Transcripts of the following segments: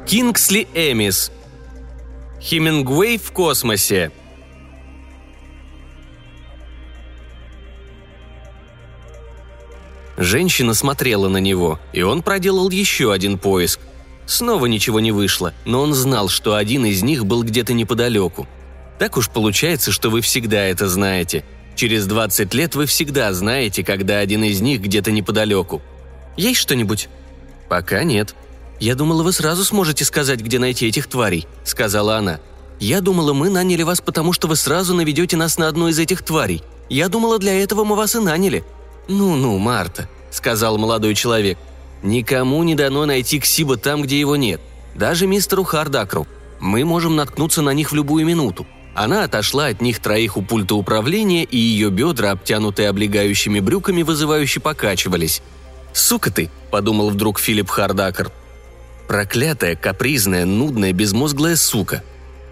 Кингсли Эмис. Хемингуэй в космосе. Женщина смотрела на него, и он проделал еще один поиск. Снова ничего не вышло, но он знал, что один из них был где-то неподалеку. Так уж получается, что вы всегда это знаете. Через 20 лет вы всегда знаете, когда один из них где-то неподалеку. Есть что-нибудь? Пока нет. Я думала, вы сразу сможете сказать, где найти этих тварей, сказала она. Я думала, мы наняли вас, потому что вы сразу наведете нас на одну из этих тварей. Я думала, для этого мы вас и наняли. «Ну-ну, Марта», — сказал молодой человек, — «никому не дано найти Ксиба там, где его нет. Даже мистеру Хардакру. Мы можем наткнуться на них в любую минуту». Она отошла от них троих у пульта управления, и ее бедра, обтянутые облегающими брюками, вызывающе покачивались. «Сука ты», — подумал вдруг Филипп Хардакр. «Проклятая, капризная, нудная, безмозглая сука».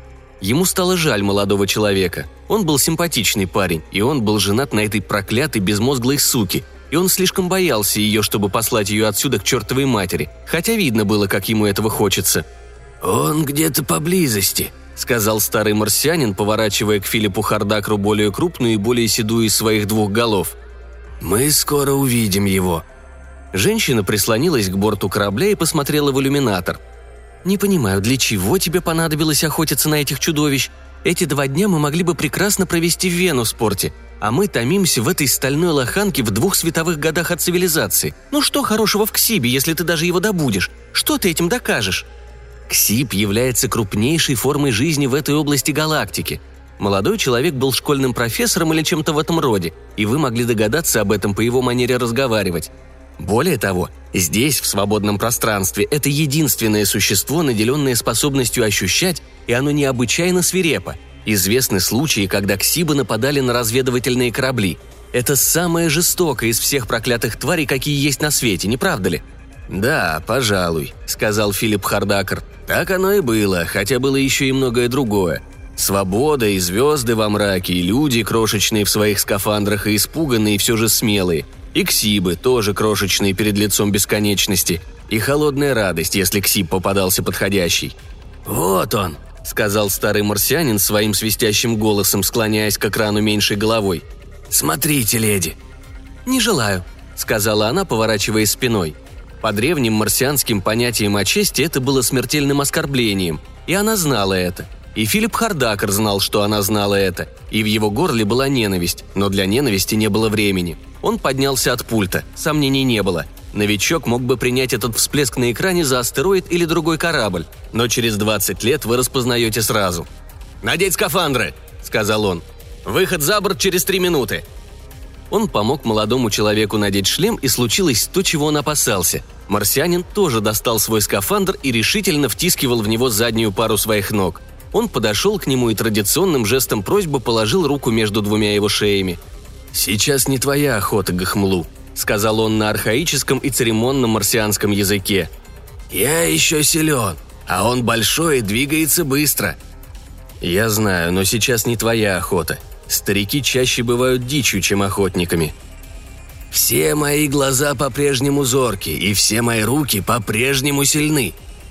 Ему стало жаль молодого человека. Он был симпатичный парень, и он был женат на этой проклятой безмозглой суке, и он слишком боялся ее, чтобы послать ее отсюда к чертовой матери, хотя видно было, как ему этого хочется. «Он где-то поблизости», — сказал старый марсианин, поворачивая к Филиппу Хардакру более крупную и более седую из своих двух голов. «Мы скоро увидим его». Женщина прислонилась к борту корабля и посмотрела в иллюминатор. «Не понимаю, для чего тебе понадобилось охотиться на этих чудовищ? Эти 2 дня мы могли бы прекрасно провести в Венуспорте, а мы томимся в этой стальной лоханке в 2 световых годах от цивилизации. Ну что хорошего в Ксибе, если ты даже его добудешь? Что ты этим докажешь?» Ксиб является крупнейшей формой жизни в этой области галактики. Молодой человек был школьным профессором или чем-то в этом роде, и вы могли догадаться об этом по его манере разговаривать. Более того, здесь, в свободном пространстве, это единственное существо, наделенное способностью ощущать, и оно необычайно свирепо. Известны случаи, когда ксибы нападали на разведывательные корабли. Это самое жестокое из всех проклятых тварей, какие есть на свете, не правда ли? «Да, пожалуй», — сказал Филипп Хардакр. «Так оно и было, хотя было еще и многое другое. Свобода и звезды во мраке, и люди, крошечные в своих скафандрах и испуганные, и все же смелые. И ксибы, тоже крошечные перед лицом бесконечности. И холодная радость, если ксиб попадался подходящий». «Вот он», — сказал старый марсианин своим свистящим голосом, склоняясь к экрану меньшей головой. «Смотрите, леди». «Не желаю», — сказала она, поворачиваясь спиной. По древним марсианским понятиям о чести это было смертельным оскорблением, и она знала это. И Филипп Хардакр знал, что она знала это, и в его горле была ненависть, но для ненависти не было времени. Он поднялся от пульта, сомнений не было. Новичок мог бы принять этот всплеск на экране за астероид или другой корабль, но через 20 лет вы распознаете сразу. «Надеть скафандры!» – сказал он. «Выход за борт через 3 минуты!» Он помог молодому человеку надеть шлем, и случилось то, чего он опасался. Марсианин тоже достал свой скафандр и решительно втискивал в него заднюю пару своих ног. Он подошел к нему и традиционным жестом просьбы положил руку между 2 его шеями. «Сейчас не твоя охота, Гахмлу», — сказал он на архаическом и церемонном марсианском языке. «Я еще силен, а он большой и двигается быстро». «Я знаю, но сейчас не твоя охота. Старики чаще бывают дичью, чем охотниками». «Все мои глаза по-прежнему зорки, и все мои руки по-прежнему сильны».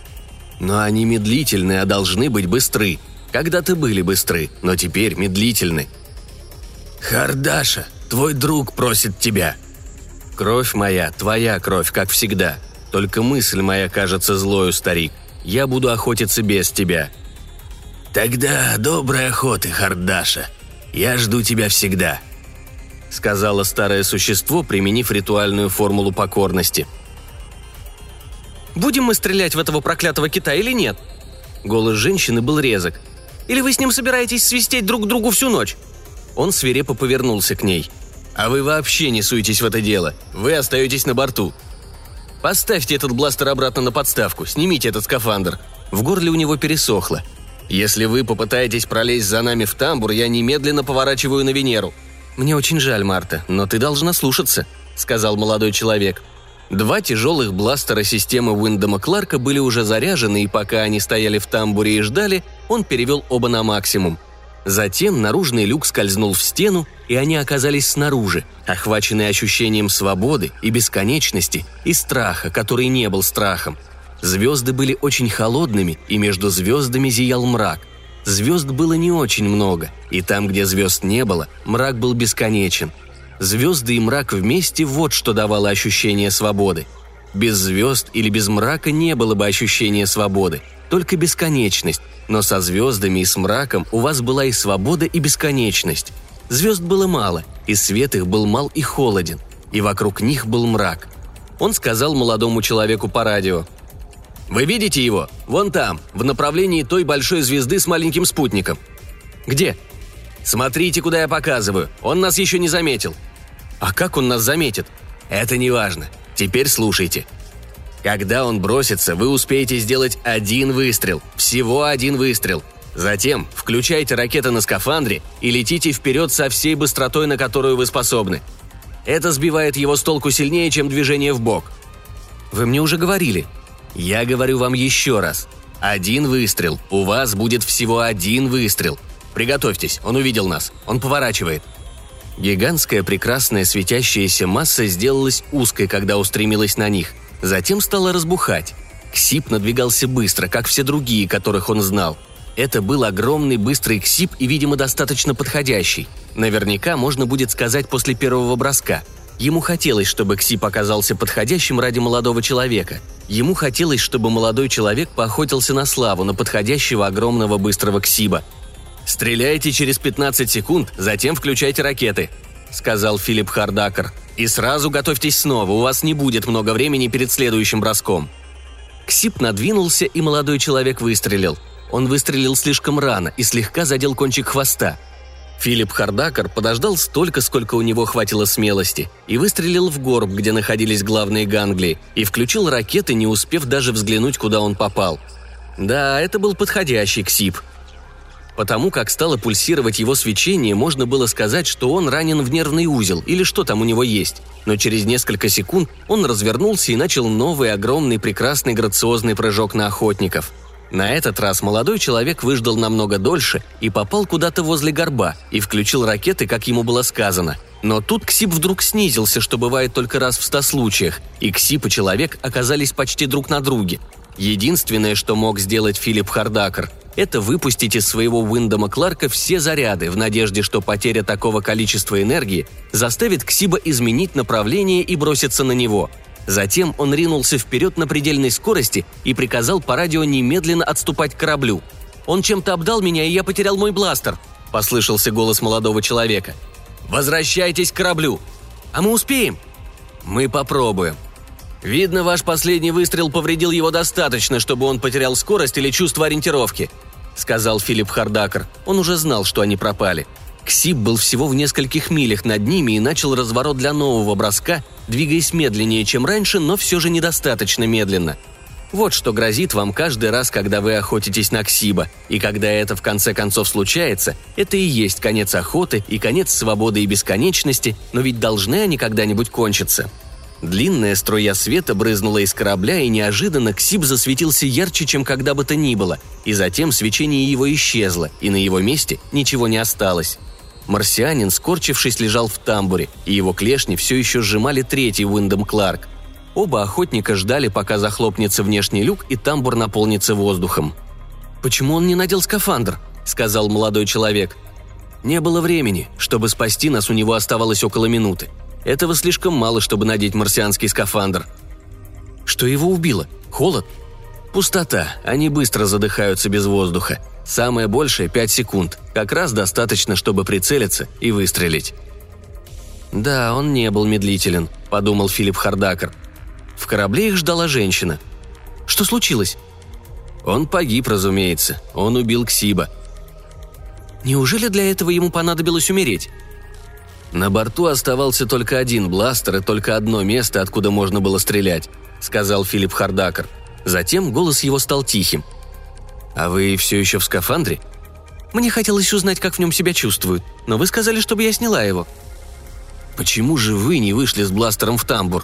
«Но они медлительны, а должны быть быстры. Когда-то были быстры, но теперь медлительны». «Хардаша, твой друг просит тебя». «Кровь моя, твоя кровь, как всегда. Только мысль моя кажется злою, старик. Я буду охотиться без тебя». «Тогда доброй охоты, Хардаша. Я жду тебя всегда», — сказала старое существо, применив ритуальную формулу покорности. «Будем мы стрелять в этого проклятого кита или нет?» Голос женщины был резок. «Или вы с ним собираетесь свистеть друг другу всю ночь?» Он свирепо повернулся к ней. «А вы вообще не суетесь в это дело. Вы остаетесь на борту. Поставьте этот бластер обратно на подставку, снимите этот скафандр». В горле у него пересохло. «Если вы попытаетесь пролезть за нами в тамбур, я немедленно поворачиваю на Венеру». «Мне очень жаль, Марта, но ты должна слушаться», — сказал молодой человек. 2 тяжелых бластера системы Уиндома Кларка были уже заряжены, и пока они стояли в тамбуре и ждали, он перевел оба на максимум. Затем наружный люк скользнул в стену, и они оказались снаружи, охваченные ощущением свободы и бесконечности, и страха, который не был страхом. Звезды были очень холодными, и между звездами зиял мрак. Звезд было не очень много, и там, где звезд не было, мрак был бесконечен. Звезды и мрак вместе – вот что давало ощущение свободы. Без звезд или без мрака не было бы ощущения свободы, только бесконечность, но со звездами и с мраком у вас была и свобода, и бесконечность. Звезд было мало, и свет их был мал и холоден, и вокруг них был мрак. Он сказал молодому человеку по радио: «Вы видите его? Вон там, в направлении той большой звезды с маленьким спутником». «Где?» «Смотрите, куда я показываю. Он нас еще не заметил». «А как он нас заметит?» «Это не важно. Теперь слушайте. Когда он бросится, вы успеете сделать один выстрел. Всего один выстрел. Затем включайте ракеты на скафандре и летите вперед со всей быстротой, на которую вы способны. Это сбивает его с толку сильнее, чем движение вбок». «Вы мне уже говорили». «Я говорю вам еще раз. Один выстрел. У вас будет всего один выстрел. Приготовьтесь, он увидел нас. Он поворачивает». Гигантская прекрасная светящаяся масса сделалась узкой, когда устремилась на них. Затем стала разбухать. Ксип надвигался быстро, как все другие, которых он знал. Это был огромный быстрый Ксип и, видимо, достаточно подходящий. Наверняка можно будет сказать после первого броска. Ему хотелось, чтобы Ксип оказался подходящим ради молодого человека. Ему хотелось, чтобы молодой человек поохотился на славу, на подходящего огромного быстрого Ксиба. «Стреляйте через 15 секунд, затем включайте ракеты», — сказал Филипп Хардакер. «И сразу готовьтесь снова, у вас не будет много времени перед следующим броском». Ксип надвинулся, и молодой человек выстрелил. Он выстрелил слишком рано и слегка задел кончик хвоста. Филипп Хардакер подождал столько, сколько у него хватило смелости, и выстрелил в горб, где находились главные ганглии, и включил ракеты, не успев даже взглянуть, куда он попал. Да, это был подходящий Ксип. Потому как стало пульсировать его свечение, можно было сказать, что он ранен в нервный узел или что там у него есть. Но через несколько секунд он развернулся и начал новый огромный прекрасный грациозный прыжок на охотников. На этот раз молодой человек выждал намного дольше и попал куда-то возле горба и включил ракеты, как ему было сказано. Но тут Ксип вдруг снизился, что бывает только раз в 100 случаях, и Ксип и человек оказались почти друг на друге. Единственное, что мог сделать Филипп Хардакер, это выпустить из своего Уиндома Кларка все заряды в надежде, что потеря такого количества энергии заставит Ксиба изменить направление и броситься на него. Затем он ринулся вперед на предельной скорости и приказал по радио немедленно отступать к кораблю. «Он чем-то обдал меня, и я потерял мой бластер», – послышался голос молодого человека. «Возвращайтесь к кораблю!» «А мы успеем?» «Мы попробуем. Видно, ваш последний выстрел повредил его достаточно, чтобы он потерял скорость или чувство ориентировки», – сказал Филипп Хардакер. Он уже знал, что они пропали. Ксип был всего в нескольких милях над ними и начал разворот для нового броска, двигаясь медленнее, чем раньше, но все же недостаточно медленно. Вот что грозит вам каждый раз, когда вы охотитесь на Ксиба, и когда это в конце концов случается, это и есть конец охоты и конец свободы и бесконечности, но ведь должны они когда-нибудь кончиться. Длинная струя света брызнула из корабля, и неожиданно Ксиб засветился ярче, чем когда бы то ни было, и затем свечение его исчезло, и на его месте ничего не осталось. Марсианин, скорчившись, лежал в тамбуре, и его клешни все еще сжимали третий Уиндом Кларк. Оба охотника ждали, пока захлопнется внешний люк и тамбур наполнится воздухом. «Почему он не надел скафандр?» – сказал молодой человек. «Не было времени. Чтобы спасти нас, у него оставалось около минуты. Этого слишком мало, чтобы надеть марсианский скафандр». «Что его убило? Холод?» «Пустота. Они быстро задыхаются без воздуха. Самое большее – 5 секунд. Как раз достаточно, чтобы прицелиться и выстрелить». «Да, он не был медлителен», – подумал Филипп Хардакер. В корабле их ждала женщина. «Что случилось?» «Он погиб, разумеется. Он убил Ксиба». «Неужели для этого ему понадобилось умереть?» «На борту оставался только один бластер и только одно место, откуда можно было стрелять», – сказал Филипп Хардакер. Затем голос его стал тихим. «А вы все еще в скафандре?» «Мне хотелось узнать, как в нем себя чувствуют, но вы сказали, чтобы я сняла его». «Почему же вы не вышли с бластером в тамбур?»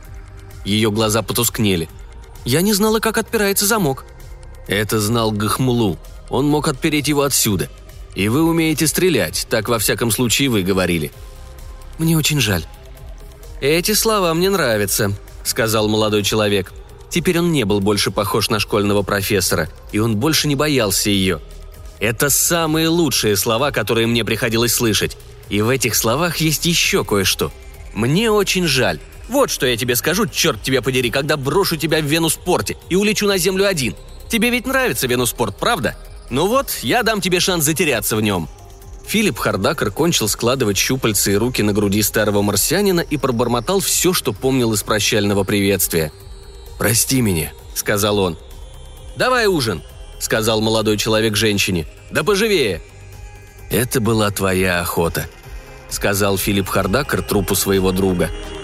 Ее глаза потускнели. «Я не знала, как отпирается замок». «Это знал Гахмулу. Он мог отпереть его отсюда. И вы умеете стрелять, так во всяком случае вы говорили». «Мне очень жаль». «Эти слова мне нравятся», — сказал молодой человек. Теперь он не был больше похож на школьного профессора, и он больше не боялся ее. Это самые лучшие слова, которые мне приходилось слышать. И в этих словах есть еще кое-что. Мне очень жаль. Вот что я тебе скажу, черт тебя подери, когда брошу тебя в Венуспорте и улечу на Землю один. Тебе ведь нравится Венуспорт, правда? Ну вот, я дам тебе шанс затеряться в нем». Филипп Хардакер кончил складывать щупальца и руки на груди старого марсианина и пробормотал все, что помнил из прощального приветствия. «Прости меня», — сказал он. «Давай ужин», — сказал молодой человек женщине. «Да поживее». «Это была твоя охота», — сказал Филипп Хардакер трупу своего друга.